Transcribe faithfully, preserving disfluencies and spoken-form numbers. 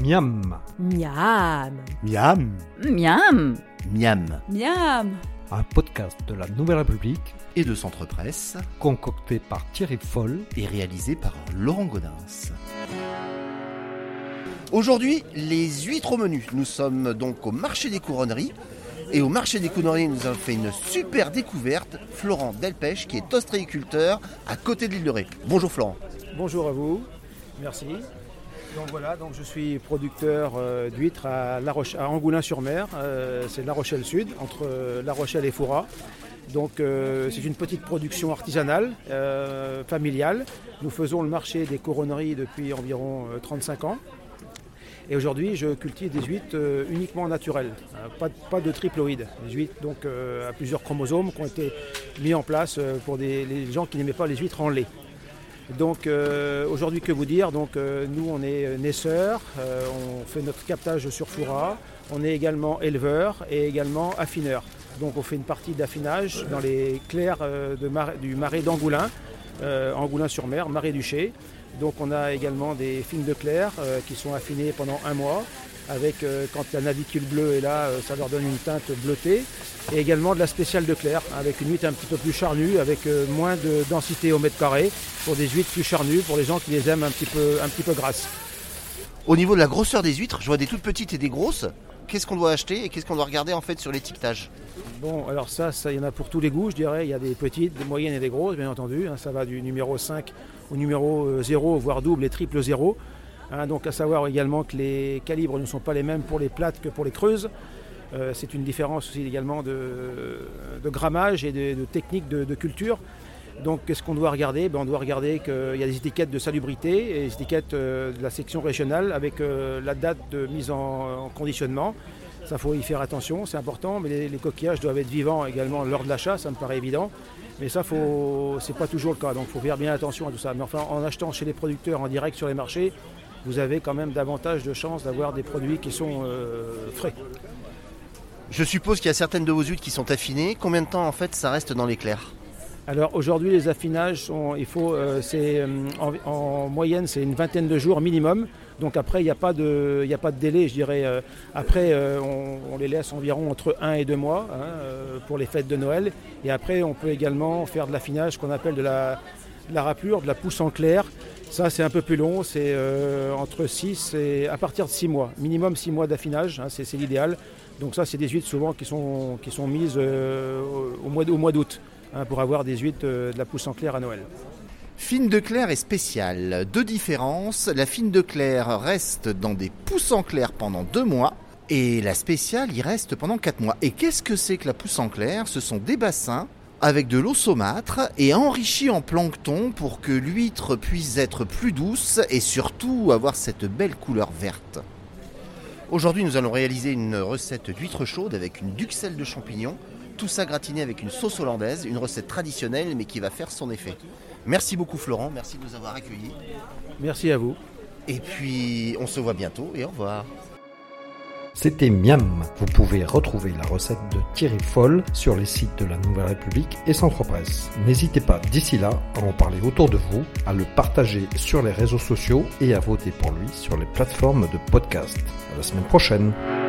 Miam. Miam. Miam. Miam. Miam. Miam. Un podcast de la Nouvelle République Et de Centre Presse, concocté par Thierry Foll et réalisé par Laurent Gaudens. Aujourd'hui, les huîtres au menu. Nous sommes donc au marché des couronneries. Et au marché des couronneries, nous avons fait une super découverte. Florent Delpech, qui est ostréiculteur à côté de l'île de Ré. Bonjour Florent. Bonjour à vous, merci. Donc voilà, donc je suis producteur euh, d'huîtres à, La Roche- à Angoulins-sur-Mer, euh, c'est La Rochelle Sud, entre euh, La Rochelle et Fouras. Donc euh, c'est une petite production artisanale, euh, familiale. Nous faisons le marché des couronneries depuis environ euh, trente-cinq ans. Et aujourd'hui, je cultive des huîtres euh, uniquement naturelles, hein, pas, pas de triploïdes. Des huîtres donc, euh, à plusieurs chromosomes qui ont été mis en place euh, pour des, les gens qui n'aimaient pas les huîtres en lait. Donc euh, aujourd'hui, que vous dire, donc, euh, nous on est naisseurs, euh, on fait notre captage sur Fouras, on est également éleveurs et également affineurs. Donc on fait une partie d'affinage dans les clairs euh, de mar- du marais d'Angoulins, euh, Angoulins-sur-Mer, marais du Chez. Donc on a également des fines de clair euh, qui sont affinées pendant un mois. Avec, euh, quand la navicule bleue est là, euh, ça leur donne une teinte bleutée. Et également de la spéciale de clair, avec une huître un petit peu plus charnue, avec euh, moins de densité au mètre carré, pour des huîtres plus charnues, pour les gens qui les aiment un petit peu, un petit peu grasses. Au niveau de la grosseur des huîtres, je vois des toutes petites et des grosses. Qu'est-ce qu'on doit acheter et qu'est-ce qu'on doit regarder en fait sur l'étiquetage ? Bon, alors ça, ça, il y en a pour tous les goûts, je dirais. Il y a des petites, des moyennes et des grosses, bien entendu. Hein, ça va du numéro cinq au numéro zéro, voire double et triple zéro. Hein, donc à savoir également que les calibres ne sont pas les mêmes pour les plates que pour les creuses. Euh, c'est une différence aussi également de, de grammage et de, de technique de, de culture. Donc qu'est-ce qu'on doit regarder ? Ben, on doit regarder qu'il y a des étiquettes de salubrité et des étiquettes euh, de la section régionale avec euh, la date de mise en, en conditionnement. Ça, il faut y faire attention, c'est important, mais les, les coquillages doivent être vivants également lors de l'achat, ça me paraît évident. Mais ça, faut, c'est pas toujours le cas, donc il faut faire bien attention à tout ça. Mais enfin, en achetant chez les producteurs en direct sur les marchés, vous avez quand même davantage de chances d'avoir des produits qui sont euh, frais. Je suppose qu'il y a certaines de vos huîtres qui sont affinées. Combien de temps en fait ça reste dans l'éclair ? Alors aujourd'hui, les affinages, sont, il faut, euh, c'est, euh, en, en moyenne, c'est une vingtaine de jours minimum. Donc après, il n'y a pas de, il n'y a pas de délai, je dirais. Euh, après, euh, on, on les laisse environ entre un et deux mois hein, euh, pour les fêtes de Noël. Et après, on peut également faire de l'affinage qu'on appelle de la, de la râpure, de la pousse en clair. Ça, c'est un peu plus long, c'est euh, entre six et à partir de six mois. Minimum six mois d'affinage, hein, c'est, c'est l'idéal. Donc ça, c'est des huîtres souvent qui sont, qui sont mises euh, au, mois, au mois d'août hein, pour avoir des huîtres euh, de la pousse en clair à Noël. Fine de clair est spéciale. Deux différences. La fine de clair reste dans des pousses en clair pendant deux mois. Et la spéciale y reste pendant quatre mois. Et qu'est-ce que c'est que la pousse en clair ? Ce sont des bassins avec de l'eau saumâtre et enrichis en plancton pour que l'huître puisse être plus douce et surtout avoir cette belle couleur verte. Aujourd'hui, nous allons réaliser une recette d'huître chaude avec une duxelle de champignons. Tout ça gratiné avec une sauce hollandaise, une recette traditionnelle mais qui va faire son effet. Merci beaucoup Florent, merci de nous avoir accueillis. Merci à vous. Et puis on se voit bientôt et au revoir. C'était Miam. Vous pouvez retrouver la recette de Thierry Foll sur les sites de la Nouvelle République et Centre Presse. N'hésitez pas d'ici là à en parler autour de vous, à le partager sur les réseaux sociaux et à voter pour lui sur les plateformes de podcast. À la semaine prochaine.